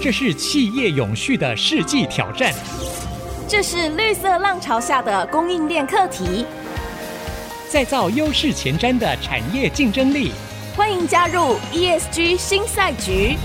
这是企业永续的世纪挑战， 这是绿色浪潮下的供应链课题， 再造优势前瞻的产业竞争力。 欢迎加入 ESG 新赛局，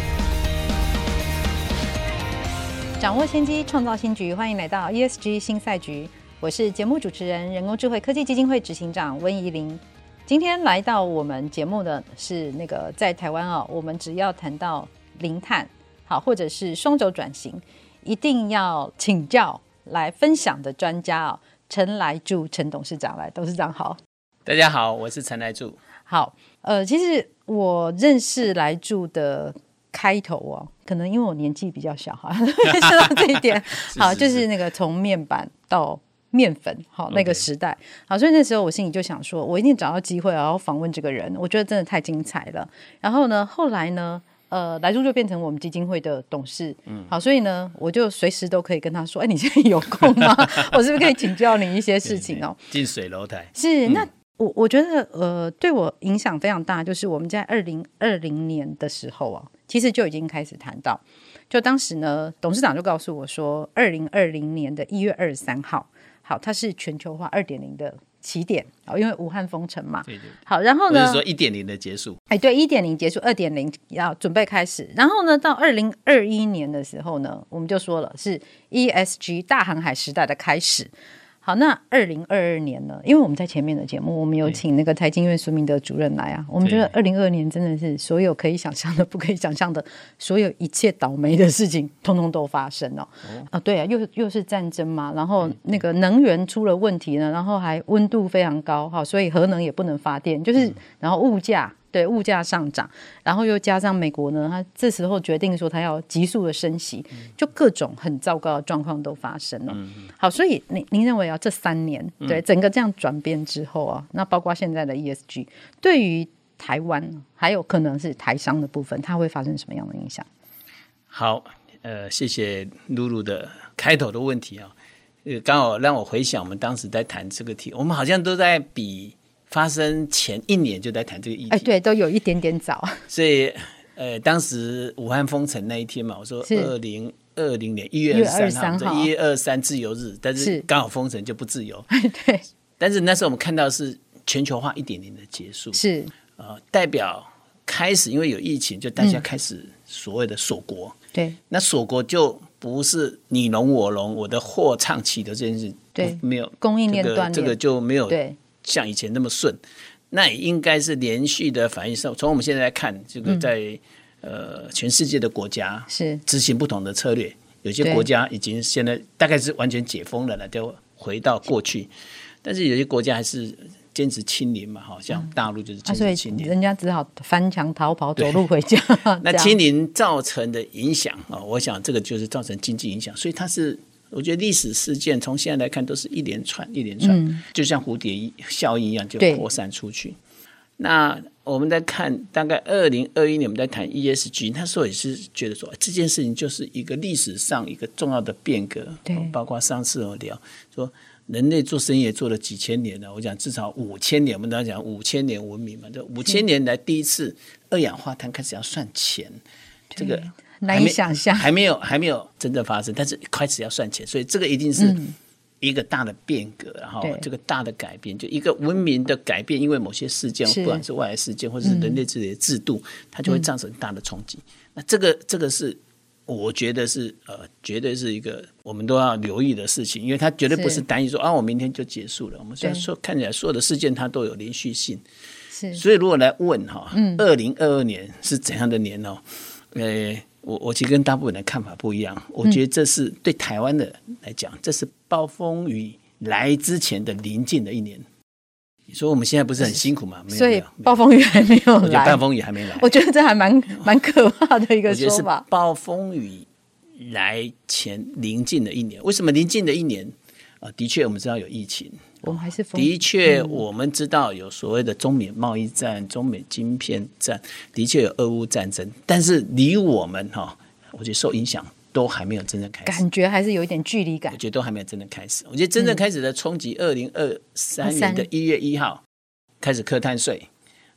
掌握先机，创造新局。欢迎来到 ESG 新赛局，我是节目主持人、人工智慧科技基金会执行长温怡玲。今天来到我们节目的是在台湾我们只要谈到零碳好，或者是双轴转型，一定要请教来分享的专家陈来助陈董事长。来，董事长好。 大家好，我是陈来助。 好，其实我认识来助的开头可能因为我年纪比较小哈，知道这一点。好，就是从面板到面粉好那个时代。好，所以那时候我心里就想说，我一定找到机会然后访问这个人，我觉得真的太精彩了。然后呢，后来呢来助就变成我们基金会的董事。好，所以呢我就随时都可以跟他说，你现在有空吗？我是不是可以请教你一些事情近水楼台是。那我觉得对我影响非常大，就是我们在2020年的时候其实就已经开始谈到，就当时呢董事长就告诉我说2020年的1月23号好，它是全球化 2.0 的起点，因为武汉封城嘛。 对对。 好，然后呢， 我是说 1.0 的结束。 对， 1.0 结束， 2.0 要准备开始。然后呢，到2021年的时候呢，我们就说了是 ESG 大航海时代的开始。好，那2022年呢，因为我们在前面的节目我们有请财经院苏明德主任来我们觉得2022年真的是所有可以想象的不可以想象的所有一切倒霉的事情通通都发生对又是战争嘛，然后能源出了问题呢，然后还温度非常高所以核能也不能发电，就是然后物价上涨，然后又加上美国呢，他这时候决定说他要急速的升息，就各种很糟糕的状况都发生了。好，所以您认为这3年对整个这样转变之后那包括现在的 ESG 对于台湾还有可能是台商的部分，它会发生什么样的影响？ 好，谢谢露露的开头的问题刚好让我回想我们当时在谈这个题，我们好像都在比发生前1年就在谈这个议题。 对，都有一点点早。所以当时武汉封城那一天嘛，我说2020年1月23号1月23自由日，但是刚好封城就不自由。 对。但是那时候我们看到是全球化 1.0 的结束， 是代表开始因为有疫情，就大家开始所谓的锁国。 对。那锁国就不是你侬我侬，我的货畅其流这件事， 对， 没有供应链断裂， 这个就没有对像以前那么顺。那也应该是连续的反应上，从我们现在来看，这个在全世界的国家是执行不同的策略，有些国家已经现在大概是完全解封了，就回到过去，但是有些国家还是坚持清零嘛，像大陆就是坚持清零， 所以人家只好翻墙逃跑走路回家。 那清零造成的影响我想这个就是造成经济影响，所以它是我觉得历史事件从现在来看都是一连串，就像蝴蝶效应一样就扩散出去。那我们在看大概2021年我们在谈 ESG， 那时候也是觉得说这件事情就是一个历史上一个重要的变革。包括上次我聊说人类做生意也做了几千年了，我讲至少5000年，我们刚才讲5000年文明嘛，这5000年来第一次二氧化碳开始要算钱，这个难以想象， 还没有真正发生，但是开始要算钱，所以这个一定是一个大的变革，然后这个大的改变，就一个文明的改变，因为某些事件，不管是外来事件或者是人类自己的制度，它就会造成大的冲击。那这个是我觉得是绝对是一个我们都要留意的事情，因为它绝对不是单一说我明天就结束了。我们虽然说看起来所有的事件它都有连续性，所以如果来问2022年是怎样的年我其实跟大部分人的看法不一样，我觉得这是对台湾的来讲，这是暴风雨来之前的临近的一年。你说我们现在不是很辛苦吗？ 所以暴风雨还没有来， 我觉得暴风雨还没来， 我觉得这还蛮可怕的一个说法。我觉得是暴风雨来前临近的一年。为什么临近的一年？的确我们知道有疫情， 我们还是的确我们知道有所谓的中美贸易战、中美晶片战，的确有俄乌战争，但是离我们我觉得受影响都还没有真正开始， 感觉还是有一点距离感。 我觉得都还没有真正开始。我觉得真正开始的冲击，2023年的1月1号开始课碳税，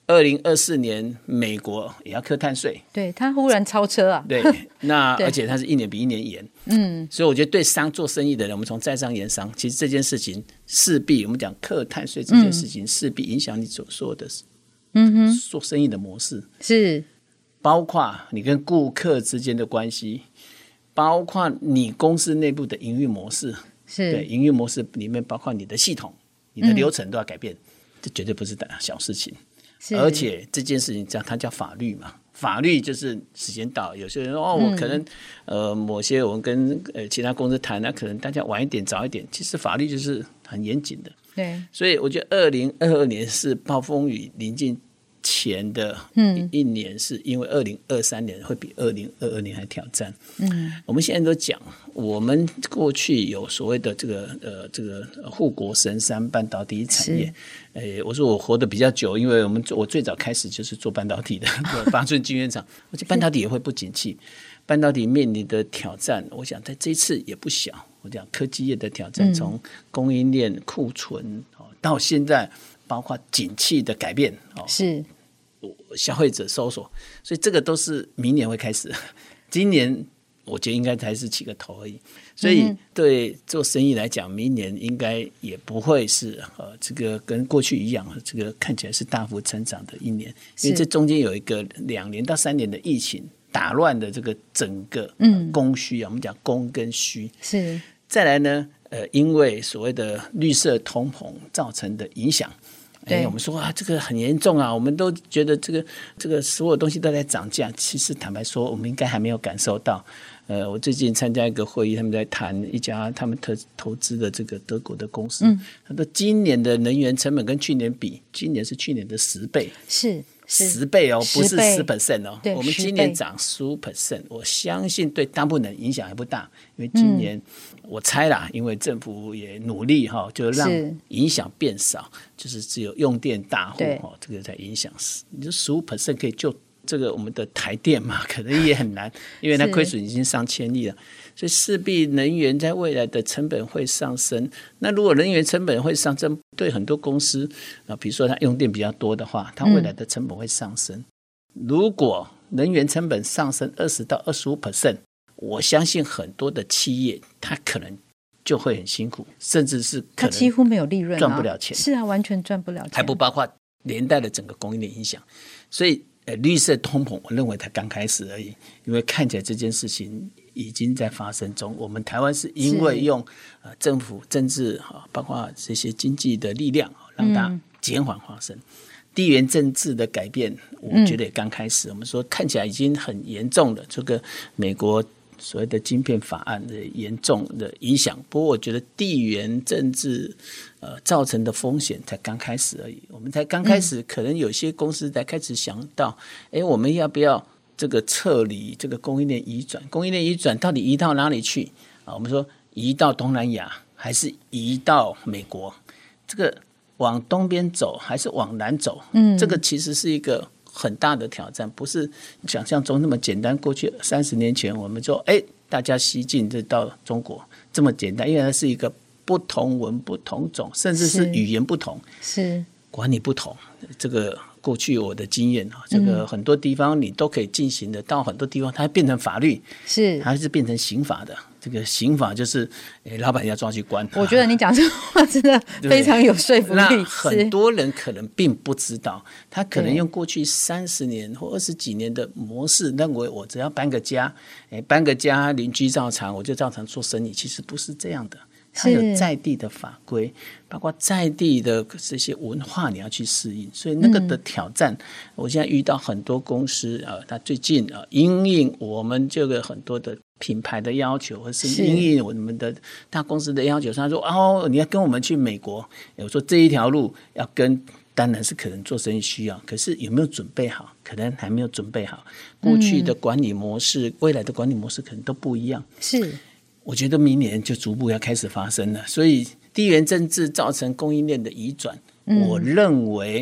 2024年美国也要课碳税， 对，它忽然超车啊。 对，那而且它是一年比一年严，所以我觉得对做生意的人，我们从在商言商，其实这件事情势必我们讲课碳税这件事情势必影响你所说的做生意的模式， 是包括你跟顾客之间的关系，包括你公司内部的营运模式， 是对，营运模式里面包括你的系统、你的流程都要改变，这绝对不是小事情。而且这件事情它叫法律嘛，法律就是时间到，有些人说我可能某些我们跟其他公司谈，那可能大家晚一点早一点，其实法律就是很严谨的。 对， 所以我觉得2022年是暴风雨临近前的一年，是因为2023年会比2022年还挑战。我们现在都讲，我们过去有所谓的这个护国神山半导体产业。我说我活得比较久，因为我最早开始就是做半导体的8寸晶圆厂，而且半导体也会不景气，半导体面临的挑战，我想在这一次也不小。我讲科技业的挑战，从供应链库存到现在，包括景气的改变， 是消费者搜索，所以这个都是明年会开始。今年我觉得应该才是起个头而已，所以对做生意来讲，明年应该也不会是这个跟过去一样，这个看起来是大幅成长的一年，因为这中间有一个2年到3年的疫情打乱的这个整个供需我们讲供跟需是。 再来呢，因为所谓的绿色通膨造成的影响。我们说这个很严重啊，我们都觉得这个所有东西都在涨价，其实坦白说我们应该还没有感受到。我最近参加一个会议，他们在谈一家他们投资的这个德国的公司，他说今年的能源成本跟去年比，今年是去年的10倍， 是 10倍哦，不是10% 哦。 对， 我们今年涨15%，我相信对大部分人影响还不大，因为今年我猜啦，因为政府也努力就让影响变少，就是只有用电大户这个才影响。你说15%可以救这个我们的台电嘛？可能也很难，因为它亏损已经上千亿了，所以势必能源在未来的成本会上升。那如果能源成本会上升，对很多公司比如说它用电比较多的话，它未来的成本会上升。如果能源成本上升20到25%，我相信很多的企业它可能就会很辛苦，甚至是可能它几乎没有利润， 赚不了钱。 是啊，完全赚不了钱， 还不包括连带的整个供应链影响。所以绿色通膨我认为才刚开始而已，因为看起来这件事情已经在发生中。我们台湾是因为用政府政治包括这些经济的力量让它减缓发生。地缘政治的改变我觉得也刚开始，我们说看起来已经很严重了，这个美国所谓的晶片法案的严重的影响。不过我觉得地缘政治造成的风险才刚开始而已，我们才刚开始，可能有些公司才开始想到我们要不要这个撤离这个供应链移转，供应链移转到底移到哪里去我们说移到东南亚还是移到美国，这个往东边走还是往南走，这个其实是一个很大的挑战，不是想象中那么简单。过去30年前我们说大家西进就到中国这么简单，因为它是一个不同文不同种，甚至是语言不同，是管理不同。这个过去我的经验这个很多地方你都可以进行的，到很多地方它会变成法律，是它是变成刑法的。这个刑法就是老板要抓去关。 我觉得你讲这话真的非常有说服力。 那很多人可能并不知道，他可能用过去30年或20几年的模式，认为我只要搬个家，邻居照常，我就照常做生意。其实不是这样的，它有在地的法规，包括在地的这些文化你要去适应，所以那个的挑战，我现在遇到很多公司他最近因应我们这个很多的品牌的要求，或是因应我们的大公司的要求，他说你要跟我们去美国，我说这一条路要跟，当然是可能做生意需要，可是有没有准备好？可能还没有准备好。过去的管理模式，未来的管理模式可能都不一样。是，我觉得明年就逐步要开始发生了。所以地缘政治造成供应链的移转，我认为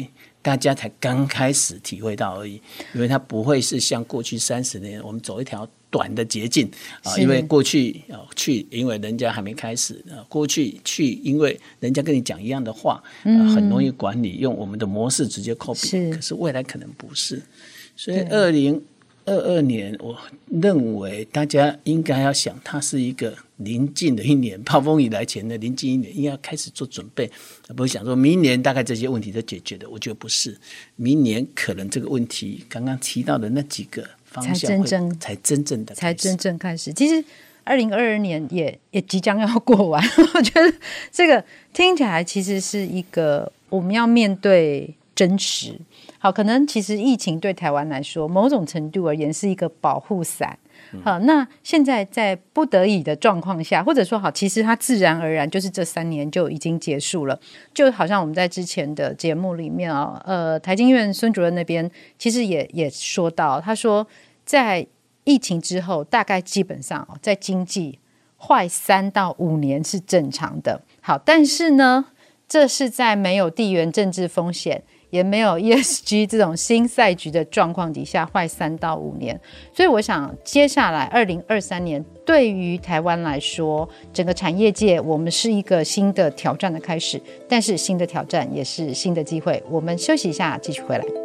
大家才刚开始体会到而已，因为它不会是像过去30年我们走一条短的捷径因为过去去，因为人家还没开始过去去，因为人家跟你讲一样的话很容易管理，用我们的模式直接 copy， 可是未来可能不是。所以2022年我认为大家应该要想，它是一个临近的一年，暴风雨来前的临近一年，应该要开始做准备，不会想说明年大概这些问题都解决的，我觉得不是，明年可能这个问题刚刚提到的那几个方向才真正开始。其实 2022年也即将要过完我觉得这个听起来其实是一个我们要面对真实。好，可能其实疫情对台湾来说某种程度而言是一个保护伞。好，那现在在不得已的状况下，或者说好，其实它自然而然就是这3年就已经结束了。就好像我们在之前的节目里面台经院孙主任那边其实也说到，他说在疫情之后大概基本上在经济坏3到5年是正常的。好，但是呢这是在没有地缘政治风险也没有 ESG 这种新赛局的状况底下坏3到5年。所以我想接下来2023年对于台湾来说，整个产业界我们是一个新的挑战的开始，但是新的挑战也是新的机会。我们休息一下继续回来。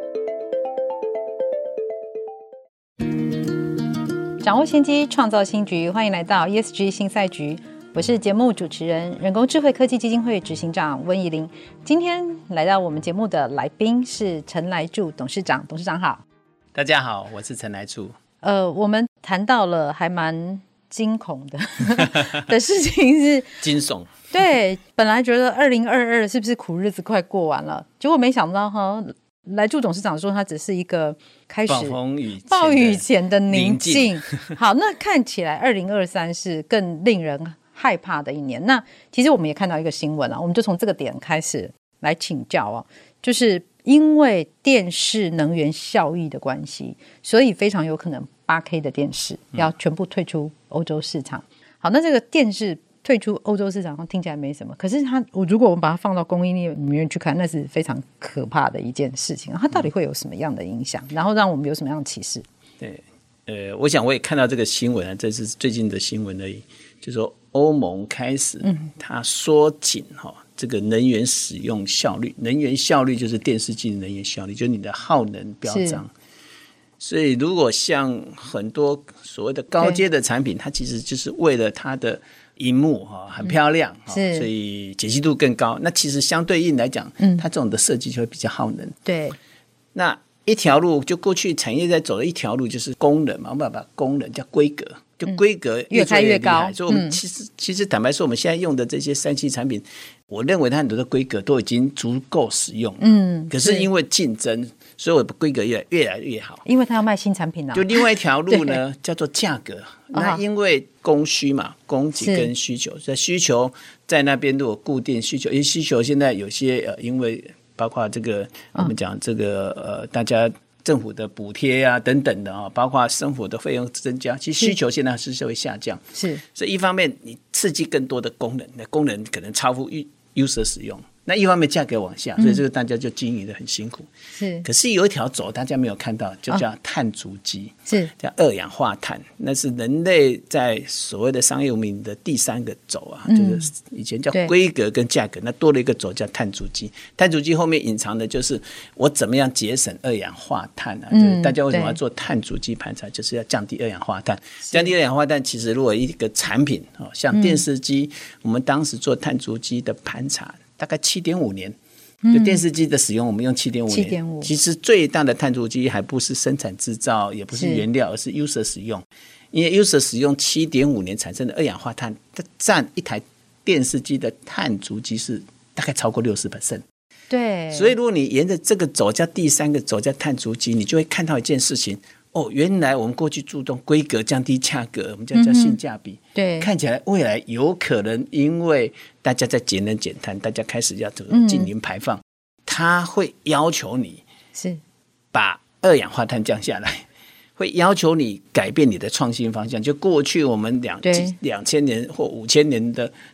掌握先机，创造新局，欢迎来到 ESG 新赛局，我是节目主持人人工智慧科技基金会执行长温怡玲。今天来到我们节目的来宾是陈来助董事长。董事长好。 大家好，我是陈来助。 我们谈到了还蛮惊恐的事情是惊悚。 对，本来觉得2022是不是苦日子快过完了，结果没想到来助董事长说他只是一个开始暴雨前的宁静好，那看起来2023是更令人害怕的一年。那其实我们也看到一个新闻我们就从这个点开始来请教就是因为电视能源效益的关系，所以非常有可能 8K 的电视要全部退出欧洲市场。好，那这个电视退出欧洲市场听起来没什么，可是如果我们把它放到供应链里面去看，那是非常可怕的一件事情。它到底会有什么样的影响，然后让我们有什么样的启示？ 对，我想我也看到这个新闻这是最近的新闻而已，就是说欧盟开始它缩紧这个能源使用效率。能源效率就是电视机的能源效率，就是你的耗能标章。所以如果像很多所谓的高阶的产品，它其实就是为了它的萤幕很漂亮所以解析度更高，那其实相对应来讲它这种的设计就会比较耗能。 对， 那一条路就过去产业在走的一条路就是功能嘛，我们把功能叫规格，就规格越做越厉害。所以我们其实坦白说，我们现在用的这些3C 产品，我认为它很多的规格都已经足够使用可是因为竞争，所以我的规格越来越好， 因为它要卖新产品就另外一条路呢叫做价格那因为供需嘛，供给跟需求，在需求在那边如果固定需求，因为需求现在有些因为包括这个我们讲这个大家政府的补贴等等的包括生活的费用增加，其实需求现在是会下降。 是， 所以一方面你刺激更多的功能，那功能可能超乎 user 使用，那一方面价格往下，所以这个大家就经营的很辛苦。可是有一条走大家没有看到，就叫碳足迹，叫2氧化碳，那是人类在所谓的商业文明的第3个轴就是以前叫规格跟价格，那多了一个轴叫碳足迹。碳足迹后面隐藏的就是我怎么样节省2氧化碳就是大家为什么要做碳足迹盘查，就是要降低2氧化碳。降低2氧化碳，其实如果一个产品像电视机我们当时做碳足迹的盘查大概7.5年，就电视机的使用我们用7.5年。其实最大的碳足迹还不是生产制造，也不是原料，而是 user 使用。因为 user 使用7.5年产生的2氧化碳，它占一台电视机的碳足迹是大概超过 60%。 对， 所以如果你沿着这个轴叫第3个轴叫碳足迹，你就会看到一件事情原来我们过去注重规格降低价格，我们叫性价比。 对， 看起来未来有可能因为大家在节能减碳，大家开始要净零排放，它会要求你是把2氧化碳降下来，会要求你改变你的创新方向。就过去我们2000年或5000年的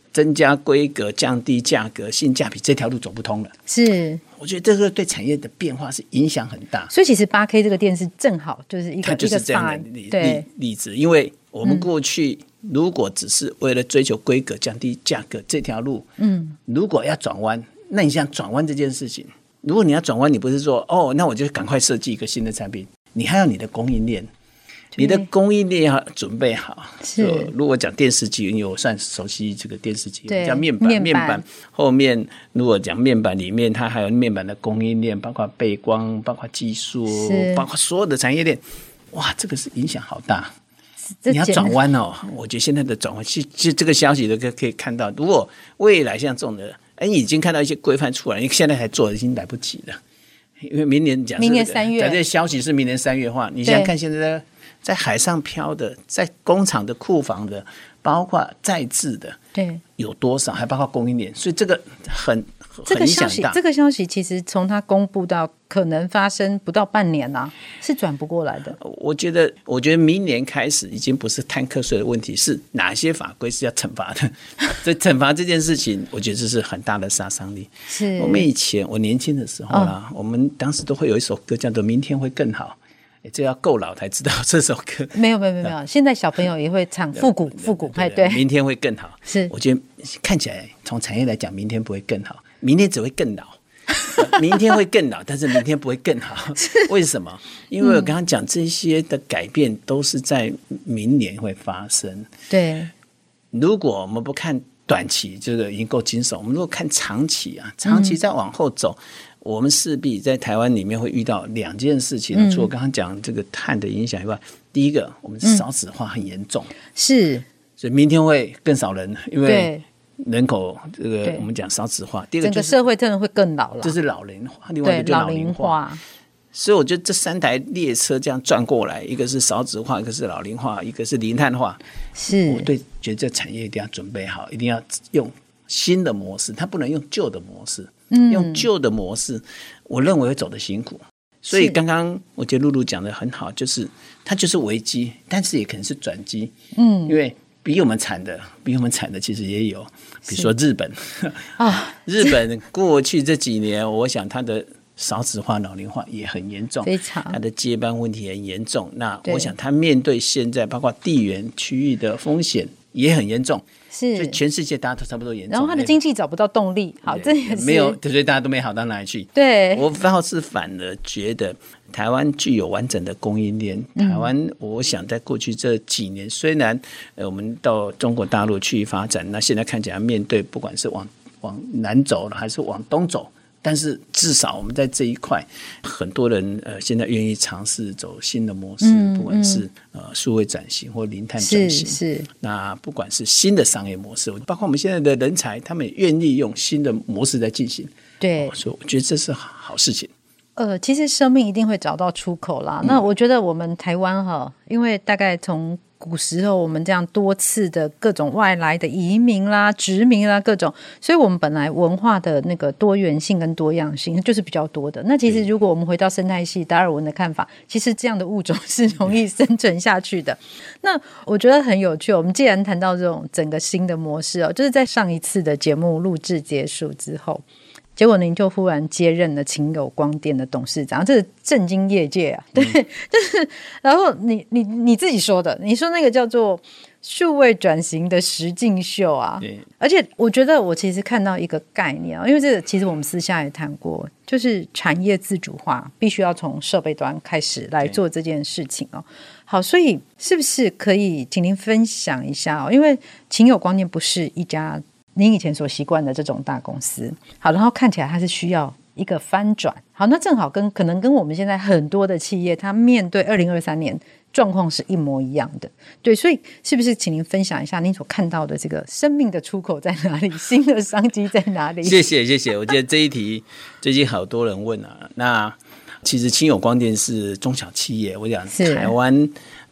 增加规格、降低价格、性价比这条路走不通了。 是， 我觉得这个对产业的变化是影响很大。 所以其实 8K 这个电视正好就是一个， 它就是这样的例子。因为我们过去如果只是为了追求规格、降低价格这条路，如果要转弯，那你想转弯这件事情，如果你要转弯，你不是说那我就赶快设计一个新的产品，你还有你的供应链。你的供应链要准备好。是，如果讲电视机，因为我算熟悉这个电视机，叫面板后面，如果讲面板里面，它还有面板的供应链，包括背光，包括技术，包括所有的产业链。哇，这个是影响好大。你要转弯我觉得现在的转弯，其实这个消息都可以看到。如果未来像这种的，已经看到一些规范出来，你现在才做已经来不及了。因为明年明年3月， 假设消息是明年3月的话，你想想看现在在海上漂的，在工厂的库房的，包括在制的，对，有多少？还包括供应链，所以这个很影响大。 这个消息其实从它公布到可能发生不到半年啊，是转不过来的。 我觉得明年开始已经不是碳课税的问题，是哪些法规是要惩罚的。所以惩罚这件事情，我觉得这是很大的杀伤力。是我们以前我年轻的时候啦，我们当时都会有一首歌叫做《明天会更好》。这要够老才知道这首歌。没有， 现在小朋友也会唱复古，对， 明天会更好。 是， 我觉得看起来从产业来讲，明天不会更好，明天只会更老。明天会更老，但是明天不会更好。为什么？因为我刚刚讲这些的改变都是在明年会发生。对，如果我们不看短期，这个已经够惊悚。我们如果看长期长期再往后走。我们势必在台湾里面会遇到2件事情，除了刚刚讲这个碳的影响以外，第一个，我们少子化很严重， 是， 所以明天会更少人，因为人口这个我们讲少子化。第二个、 整个社会真的会更老了， 这是老龄化，另外一个就老龄化。所以我觉得这3台列车这样转过来，一个是少子化，一个是老龄化，一个是零碳化。是，我觉得这产业一定要准备好，一定要用新的模式，它不能用旧的模式。用旧的模式，我认为会走得辛苦。所以刚刚我觉得露露讲的很好，就是它就是危机，但是也可能是转机。因为比我们惨的其实也有，比如说日本日本过去这几年，我想它的少子化、老龄化也很严重，非常，它的接班问题很严重。那我想它面对现在包括地缘区域的风险也很严重。是，就全世界大家都差不多严重， 然后它的经济找不到动力，好，这也是没有，所以大家都没好到哪里去。对，我倒是反而觉得台湾具有完整的供应链。台湾，我想在过去这几年，虽然我们到中国大陆去发展，那现在看起来面对不管是往南走还是往东走。但是至少我们在这一块，很多人现在愿意尝试走新的模式，不管是数位转型或零碳转型，是那不管是新的商业模式，包括我们现在的人才，他们也愿意用新的模式在进行。对，所以我觉得这是好事情。 其实生命一定会找到出口啦。那我觉得我们台湾因为大概从古时候我们这样多次的各种外来的移民啦、殖民啦各种，所以我们本来文化的那个多元性跟多样性就是比较多的。那其实如果我们回到生态系达尔文的看法，其实这样的物种是容易生存下去的。那我觉得很有趣，我们既然谈到这种整个新的模式就是在上一次的节目录制结束之后，结果您就忽然接任了勤友光电的董事长，这是震惊业界啊！对，就是然后你自己说的，你说那个叫做数位转型的实境秀啊，对，而且我觉得我其实看到一个概念因为这个其实我们私下也谈过，就是产业自主化必须要从设备端开始来做这件事情好，所以是不是可以请您分享一下因为勤友光电不是一家您以前所习惯的这种大公司，好，然后看起来它是需要一个翻转，好，那正好可能跟我们现在很多的企业它面对2023年状况是一模一样的，对，所以是不是请您分享一下您所看到的这个生命的出口在哪里，新的商机在哪里？ 谢谢，我觉得这一题最近好多人问那其实勤友光电是中小企业，我讲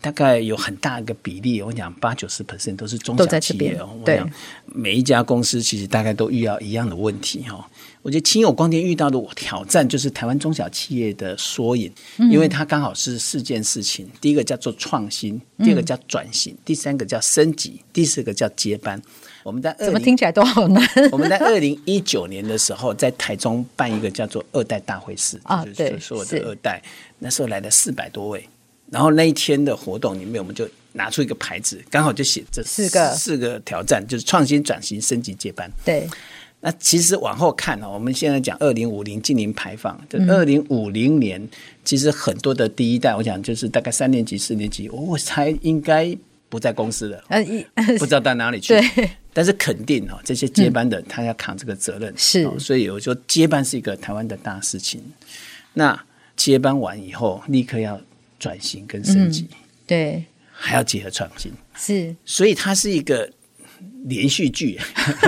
大概有很大一个比例，我讲80-90% 都是中小企业哦。我想每一家公司其实大概都遇到一样的问题哈。我觉得清友光电遇到的挑战就是台湾中小企业的缩影，因为它刚好是4件事情，第一个叫做创新，第二个叫转型，第三个叫升级，第四个叫接班。我们在怎么听起来都好难。 我们在2019年的时候，在台中办一个叫做2代大会试，就是所有的2代，那时候来了400多位。然后那一天的活动里面，我们就拿出一个牌子，刚好就写这四个挑战，就是创新、转型、升级、接班。 对。 那其实往后看我们现在讲2050净零排放，就2050年，其实很多的第一代，我想就是大概3年级、4年级，我猜应该不在公司了，不知道到哪里去。对。但是肯定这些接班的他要扛这个责任，是。所以我说接班是一个台湾的大事情。那接班完以后，立刻要转型跟升级，对，还要结合创新，是，所以它是一个连续剧，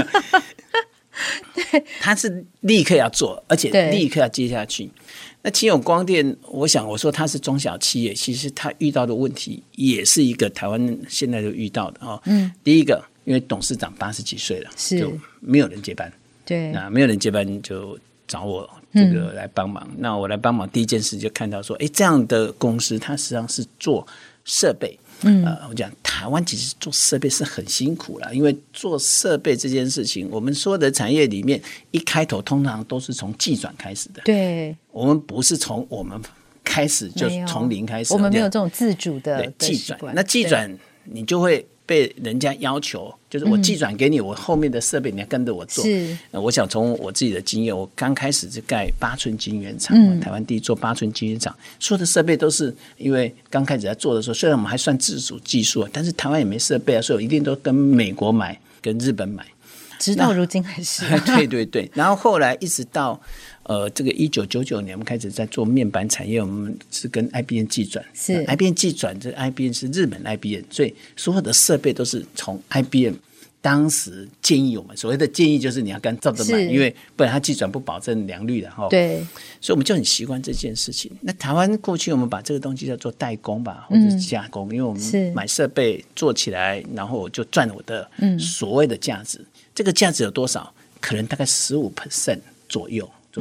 对，它是立刻要做，而且立刻要接下去。那清友光电，我说它是中小企业，其实它遇到的问题也是一个台湾现在就遇到的第一个，因为董事长80几岁了，就没有人接班，对，那没有人接班就找我这个来帮忙。那我来帮忙，第一件事就看到说，这样的公司它实际上是做设备。我讲台湾其实做设备是很辛苦啦，因为做设备这件事情，我们所有的产业里面一开头通常都是从技转开始的。对，我们不是从我们开始就从零开始， 我们没有这种自主的技转。那技转你就会被人家要求，就是我技转给你，我后面的设备你要跟着我做。是，我想从我自己的经验，我刚开始是盖8寸晶圆厂，台湾第一做8寸晶圆厂，所有的设备都是因为刚开始在做的时候，虽然我们还算自主技术，但是台湾也没设备啊，所以我一定都跟美国买，跟日本买。 直到如今还是对对对，然后后来一直到这个1999年，我们开始在做面板产业，我们是跟 IBM 技转，是 IBM 技转，这 IBM 是日本 IBM， 所以所有的设备都是从 IBM 当时建议我们，所谓的建议就是你要跟照着买，因为不然它技转不保证良率的对，所以我们就很习惯这件事情。那台湾过去我们把这个东西叫做代工吧，或者是加工，因为我们买设备做起来，然后我就赚我的所谓的价值。这个价值有多少？可能大概15% 左右，就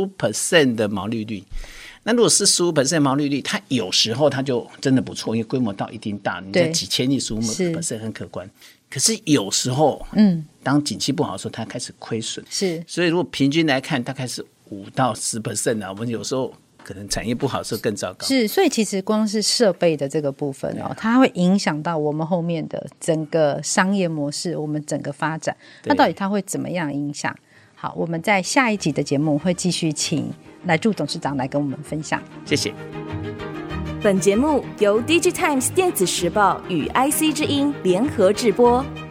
15% 的毛利率。那如果是15% 毛利率，它有时候它就真的不错，因为规模到一定大，你在几千亿15% 很可观。可是有时候，当景气不好的时候，它开始亏损。是，所以如果平均来看，大概是5到10%我们有时候可能产业不好的时候更糟糕。是， 所以其实光是设备的这个部分它会影响到我们后面的整个商业模式，我们整个发展。那到底它会怎么样影响？好，我们在下一集的节目会继续请来助董事长来跟我们分享。 谢谢。 本节目由 DigiTimes 电子时报与 IC 之音联合制播。